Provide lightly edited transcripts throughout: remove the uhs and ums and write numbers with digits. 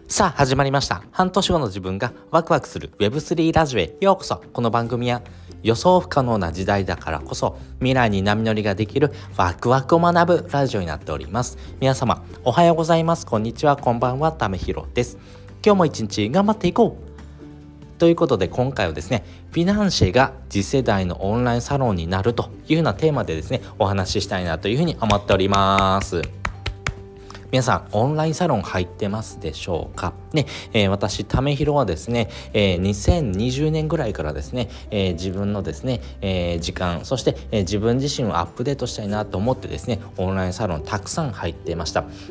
さあ始まりました。半年後の自分がワクワクする Web3 ラジオへようこそ。この番組は予想不可能な時代だからこそ未来に波乗りができるワクワクを学ぶラジオになっております。皆様おはようございます、こんにちは、こんばんは、ためひろです。今日も一日頑張っていこうということで、今回はですね、フィナンシェが次世代のオンラインサロンになるというようなテーマでですね、お話ししたいなというふうに思っております。皆さんオンラインサロン入ってますでしょうかね。私ためひろはですね、2020年ぐらいからですね、自分のですね、時間、そして、自分自身をアップデートしたいなと思ってですね、オンラインサロンたくさん入っていました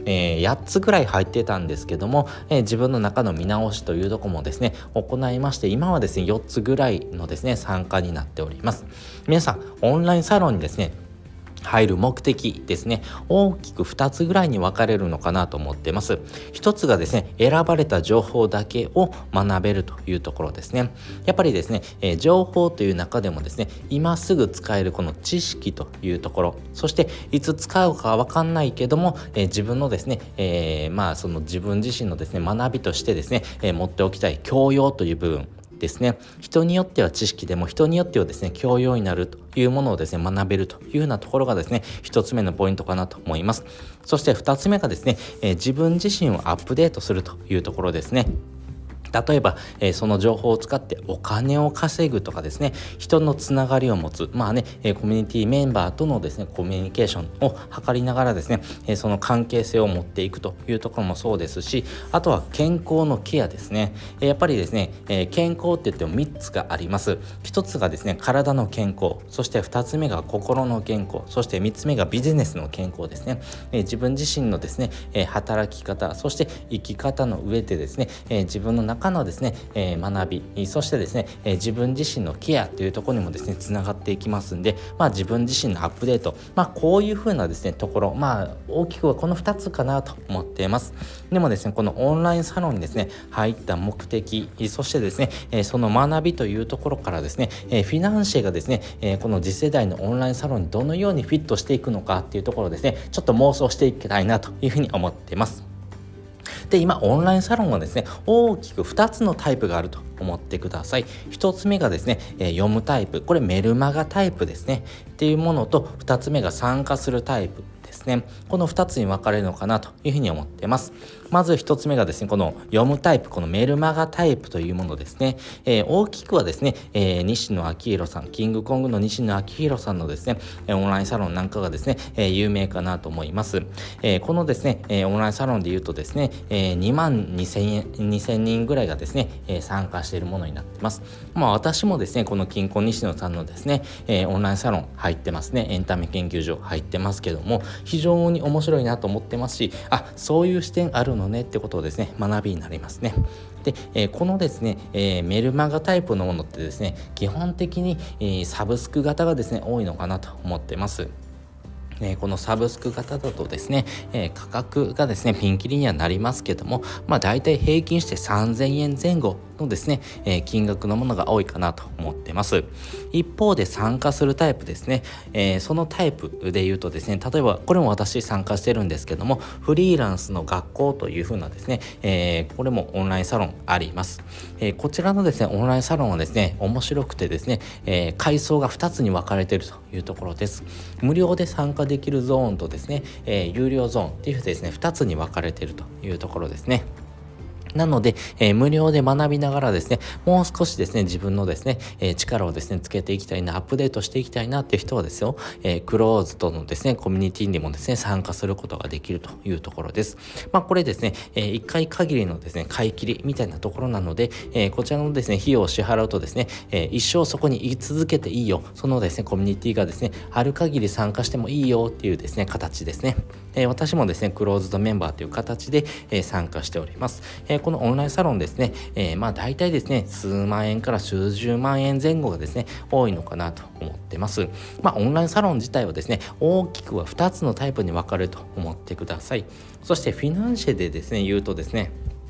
。8つぐらい入ってたんですけども、自分の中の見直しというところもですね行いまして、今はですね4つぐらいのですね参加になっております。皆さんオンラインサロンにですね入る目的ですね、大きく2つぐらいに分かれるのかなと思っています。一つがですね、選ばれた情報だけを学べるというところですね。やっぱりですね、情報という中でもですね、今すぐ使えるこの知識というところ、そしていつ使うか分かんないけども、自分のですね、その自分自身のですね学びとしてですね、持っておきたい教養という部分ですね。人によっては知識でも、人によってはですね教養になるというものをですね学べるというようなところがですね一つ目のポイントかなと思います。そして二つ目がですね、自分自身をアップデートするというところですね。例えば、その情報を使ってお金を稼ぐとかですね、人のつながりを持つ、コミュニティメンバーとのですねコミュニケーションを図りながらですね、その関係性を持っていくというところもそうですし、あとは健康のケアですね。やっぱりですね、健康って言っても3つがあります。1つがですね体の健康、そして2つ目が心の健康、そして3つ目がビジネスの健康ですね。自分自身のですね、働き方、そして生き方の上でですね、自分の中のですね、学び、そしてですね、自分自身のケアというところにもですねつながっていきますんで、自分自身のアップデート、こういう風なですねところ、大きくはこの2つかなと思っています。でもですね、このオンラインサロンにですね入った目的、そしてですね、その学びというところからですね、フィナンシェがですね、この次世代のオンラインサロンにどのようにフィットしていくのかっていうところをですね、ちょっと妄想していきたいなというふうに思っています。で、今オンラインサロンはですね大きく2つのタイプがあると思ってください。1つ目がですね、読むタイプ、これメルマガタイプですねっていうものと、2つ目が参加するタイプですね。この2つに分かれるのかなというふうに思っています。まず1つ目がですね、この読むタイプ、このメルマガタイプというものですね。大きくはですね、西野昭弘さん、キングコングの西野昭弘さんのですねオンラインサロンなんかがですね、有名かなと思います。このですね、オンラインサロンでいうとですね、2万2000人ぐらいがですね、参加しているものになっています。私もですねこの金婚西野さんのですね、オンラインサロン入ってますね。エンタメ研究所入ってますけども、非常に面白いなと思ってますし、そういう視点あるのねってことをですね学びになりますね。で、このですね、メルマガタイプのものってですね基本的に、サブスク型がですね多いのかなと思ってます。このサブスク型だとですね、価格がですねピンキリにはなりますけども、だいたい平均して3000円前後のですね、金額のものが多いかなと思ってます。一方で参加するタイプですね、そのタイプで言うとですね、例えばこれも私参加してるんですけども、フリーランスの学校というふうなですね、これもオンラインサロンあります。こちらのですねオンラインサロンはですね面白くてですね、階層が2つに分かれているというところです。無料で参加できるゾーンとですね、有料ゾーンっていうですね2つに分かれているというところですね。なので、無料で学びながらですね、もう少しですね、自分のですね、力をですね、つけていきたいな、アップデートしていきたいなっていう人はですよ、クローズドのですね、コミュニティにもですね、参加することができるというところです。これですね、1回限りのですね、買い切りみたいなところなので、こちらのですね、費用を支払うとですね、一生そこに居続けていいよ、そのですね、コミュニティがですね、ある限り参加してもいいよっていうですね、形ですね。私もですね、クローズドメンバーという形で、参加しております。このオンラインサロンですね、大体ですね数万円から数十万円前後がですね多いのかなと思ってます。オンラインサロン自体はですね大きくは2つのタイプに分かれると思ってください。そしてフィナンシェでですね言うとですね、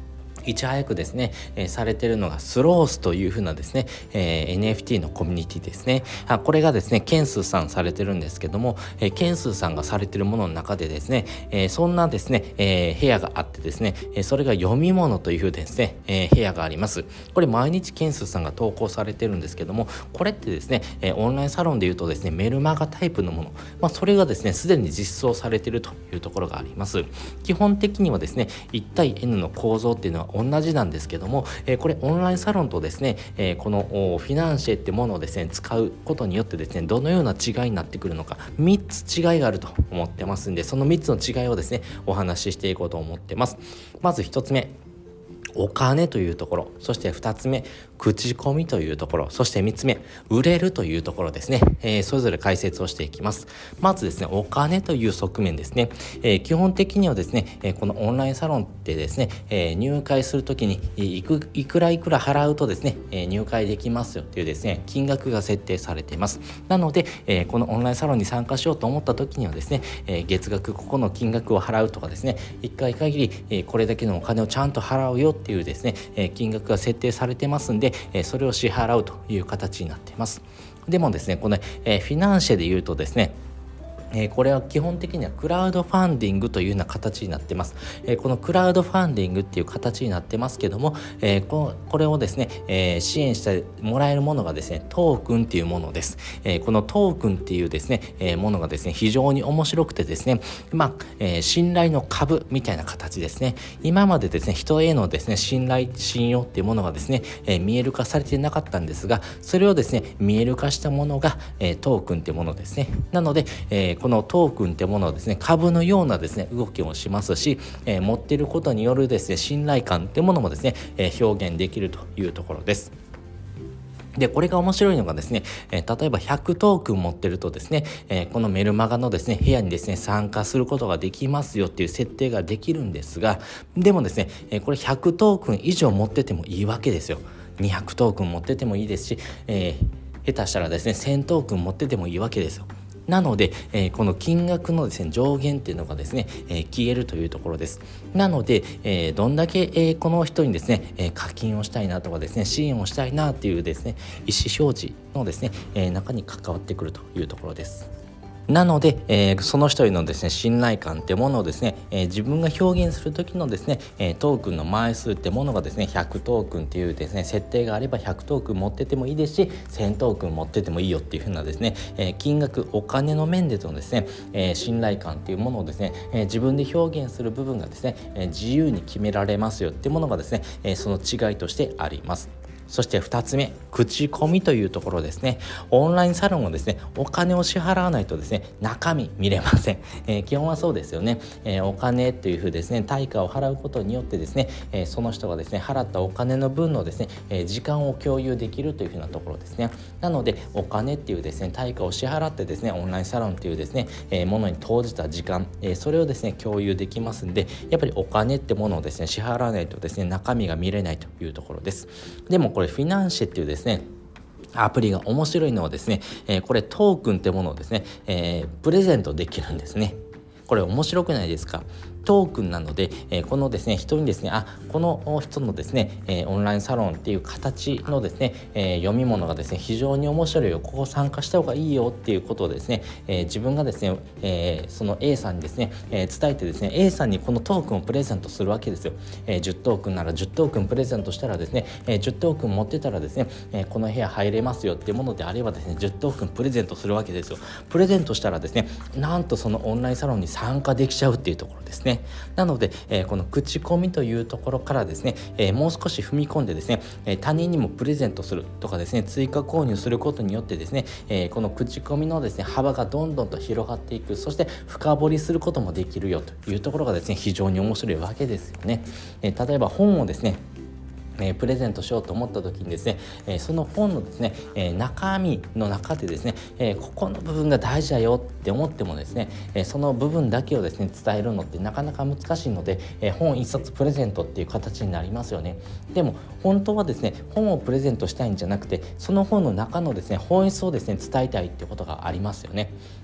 いち早くですね、されているのがスロースというふうなですね、NFT のコミュニティですね。これがですね、ケンスーさんされてるんですけども、ケンスーさんがされてるものの中でですね、そんなですね、部屋があってですね、それが読み物というふうですね、部屋があります。これ毎日ケンスーさんが投稿されてるんですけども、これってですね、オンラインサロンでいうとですね、メルマガタイプのもの、それがですね、すでに実装されているというところがあります。基本的にはですね、1対 N の構造っていうのは同じなんですけども、これオンラインサロンとですね、このフィナンシェってものをですね使うことによってですね、どのような違いになってくるのか、3つ違いがあると思ってますんで、その3つの違いをですねお話ししていこうと思ってます。まず1つ目、お金というところ、そして2つ目、口コミというところ、そして3つ目、売れるというところですね。それぞれ解説をしていきます。まずですね、お金という側面ですね。基本的にはですね、このオンラインサロンってですね、入会するときにいくら払うとですね、入会できますよっていうですね、金額が設定されています。なので、このオンラインサロンに参加しようと思ったときにはですね、月額ここの金額を払うとかですね、1回限り、これだけのお金をちゃんと払うよっていうですね、金額が設定されてますんで、それを支払うという形になっています。でもですね、この、フィナンシェでいうとですね、これは基本的にはクラウドファンディングというような形になってます。このクラウドファンディングっていう形になってますけども、これをですね、支援してもらえるものがですね、トークンっていうものです。このトークンっていうですね、ものがですね、非常に面白くてですね、信頼の株みたいな形ですね。今までですね、人へのですね、信頼、信用っていうものがですね、見える化されてなかったんですが、それをですね、見える化したものが、トークンっていうものですね。なので、このトークンってものはですね、株のようなですね動きをしますし、持っていることによるですね信頼感ってものもですね、表現できるというところです。で、これが面白いのがですね、例えば100トークン持ってるとですね、このメルマガのですね、部屋にですね、参加することができますよっていう設定ができるんですが、でもですね、これ100トークン以上持っててもいいわけですよ。200トークン持っててもいいですし、下手したらですね、1000トークン持っててもいいわけですよ。なので、この金額のですね上限っていうのがですね、消えるというところです。なので、どんだけ、この人にですね、課金をしたいなとかですね、支援をしたいなっていうですね意思表示のですね、中に関わってくるというところです。なので、その人へのですね信頼感ってものをですね、自分が表現する時のですね、トークンの枚数ってものがですね100トークンっていうですね設定があれば100トークン持っててもいいですし、1000トークン持っててもいいよっていう風なですね、金額、お金の面でのですね、信頼感っていうものをですね、自分で表現する部分がですね、自由に決められますよっていうものがですね、その違いとしてあります。そして2つ目、口コミというところですね。オンラインサロンをですね、お金を支払わないとですね、中身見れません。基本はそうですよね。お金というふうですね、対価を払うことによってですね、その人がですね、払ったお金の分のですね、時間を共有できるというふうなところですね。なので、お金っていうですね、対価を支払ってですね、オンラインサロンっていうですね、ものに投じた時間、それをですね、共有できますんで、やっぱりお金ってものをですね、支払わないとですね、中身が見れないというところです。でもこれフィナンシェっていうですねアプリが面白いのはですね、これトークンってものをですね、プレゼントできるんですね。これ面白くないですか？トークンなので、このですね人にですねこの人のですね、オンラインサロンっていう形のですね、読み物がですね非常に面白いよ、ここ参加した方がいいよっていうことをですね、自分がですね、その A さんにですね、伝えてですね A さんにこのトークンをプレゼントするわけですよ。10トークンなら10トークンプレゼントしたらですね、10トークン持ってたらですね、この部屋入れますよっていうものであればですね10トークンプレゼントするわけですよ。プレゼントしたらですね、なんとそのオンラインサロンに参加できちゃうっていうところですね。なので、この口コミというところからですね、もう少し踏み込んでですね、他人にもプレゼントするとかですね、追加購入することによってですね、この口コミのですね幅がどんどんと広がっていく、そして深掘りすることもできるよというところがですね非常に面白いわけですよね。例えば本をですねプレゼントしようと思った時にですね、その本のですね、中身の中でですね、ここの部分が大事だよって思ってもですね、その部分だけをですね伝えるのってなかなか難しいので、本一冊プレゼントっていう形になりますよね。でも本当はですね本をプレゼントしたいんじゃなくて、その本の中のですね本質をですね伝えたいってことがありますよね。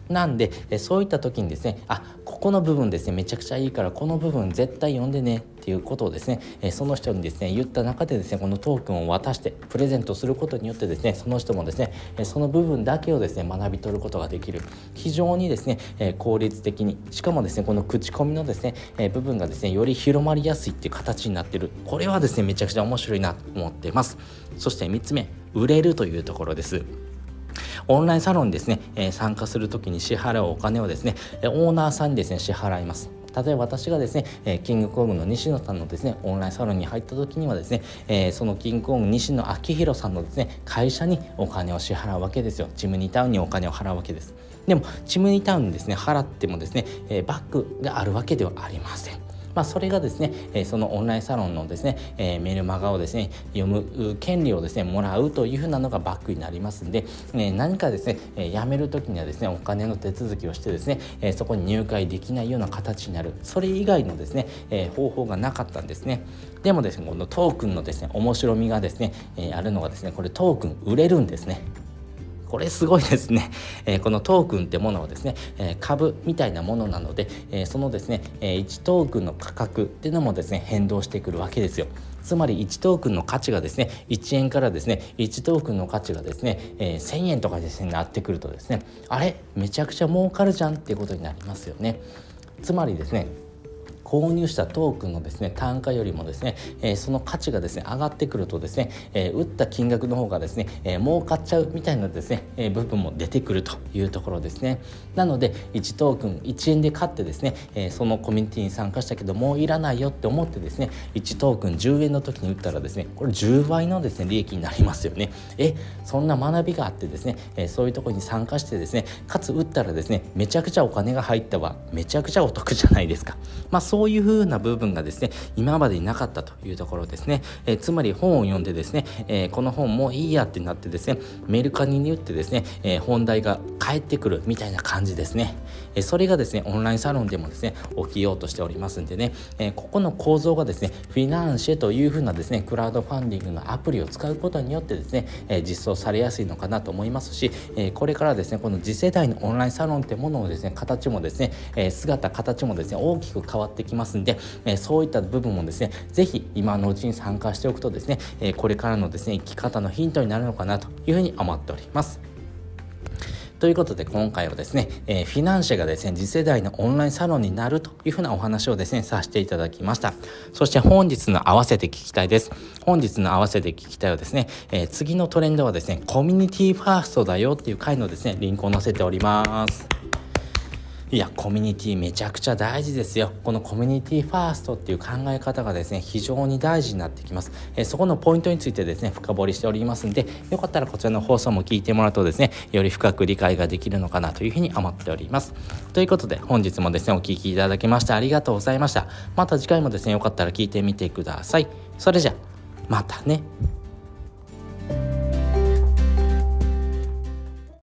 なんでそういった時にですね、ここの部分ですねめちゃくちゃいいからこの部分絶対読んでねっていうことをですねその人にですね言った中でですねこのトークンを渡してプレゼントすることによってですねその人もですねその部分だけをですね学び取ることができる、非常にですね効率的に、しかもですねこの口コミのですね部分がですねより広まりやすいっていう形になっている。これはですねめちゃくちゃ面白いなと思っています。そして3つ目、売れるというところです。オンラインサロンにですね、参加するときに支払うお金をですねオーナーさんにですね支払います。例えば私がですね、キングコングの西野さんのですねオンラインサロンに入った時にはですね、そのキングコング西野昭弘さんのですね会社にお金を支払うわけですよ。チムニータウンにお金を払うわけです。でもチムニータウンにですね払ってもですね、バックがあるわけではありません。それがですね、そのオンラインサロンのですね、メルマガをですね読む権利をですねもらうというふうなのがバックになりますんで、何かですね、辞める時にはですねお金の手続きをしてですね、そこに入会できないような形になる、それ以外のですね、方法がなかったんですね。でもですねこのトークンのですね面白みがですね、あるのがですねこれトークン売れるんですね。これすごいですね。このトークンってものはですね、株みたいなものなので、そのですね、1トークンの価格っていうのもですね変動してくるわけですよ。つまり1トークンの価値がですね1円からですね1トークンの価値がですね、1000円とかですねなってくるとですね、あれめちゃくちゃ儲かるじゃんっていうことになりますよね。つまりですね購入したトークンのですね単価よりもですね、その価値がですね上がってくるとですね、売った金額の方がですね、儲かっちゃうみたいなですね、部分も出てくるというところですね。なので1トークン1円で買ってですね、そのコミュニティに参加したけどもういらないよって思ってですね1トークン10円の時に売ったらですねこれ10倍のですね利益になりますよね。そんな学びがあってですね、そういうところに参加してですねかつ売ったらですねめちゃくちゃお金が入ったわ、めちゃくちゃお得じゃないですか。そういう風な部分がですね今までになかったというところですね。つまり本を読んでですね、この本もういいやってなってですねメルカリに売ってですね、本題が返ってくるみたいな感じですね。それがですねオンラインサロンでもですね起きようとしておりますんでね、ここの構造がですねフィナンシェという風なですねクラウドファンディングのアプリを使うことによってですね、実装されやすいのかなと思いますし、これからですねこの次世代のオンラインサロンってものをですね形もですね、姿形もですね大きく変わってきますんで、そういった部分もですねぜひ今のうちに参加しておくとですね、これからのですね生き方のヒントになるのかなというふうに思っております。ということで今回はですね、フィナンシェがですね次世代のオンラインサロンになるというふうなお話をですねさせていただきました。そして本日の合わせて聞きたいです。本日の合わせて聞きたいはですね、次のトレンドはですねコミュニティファーストだよっていう回のですねリンクを載せております。いやコミュニティめちゃくちゃ大事ですよ。このコミュニティファーストっていう考え方がですね非常に大事になってきます。そこのポイントについてですね深掘りしておりますんで、よかったらこちらの放送も聞いてもらうとですねより深く理解ができるのかなというふうに思っております。ということで本日もですねお聞きいただきましてありがとうございました。また次回もですねよかったら聞いてみてください。それじゃまたね。